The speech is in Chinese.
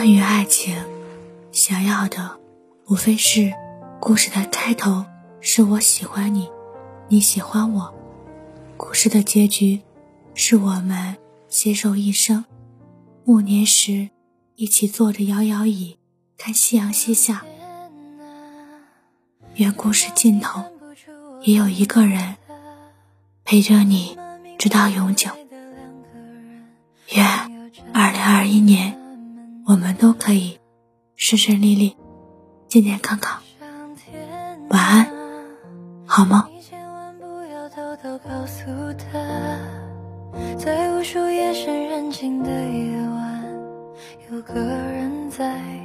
关于爱情，想要的无非是故事的开头是我喜欢你，你喜欢我，故事的结局是我们携手一生，暮年时一起坐着摇摇椅看夕阳西下。愿故事尽头也有一个人陪着你直到永久。愿2021年我们都可以顺顺利利，健健康康。晚安，好梦。 你千万不要偷偷告诉他，在无数夜深人静的夜晚，有个人在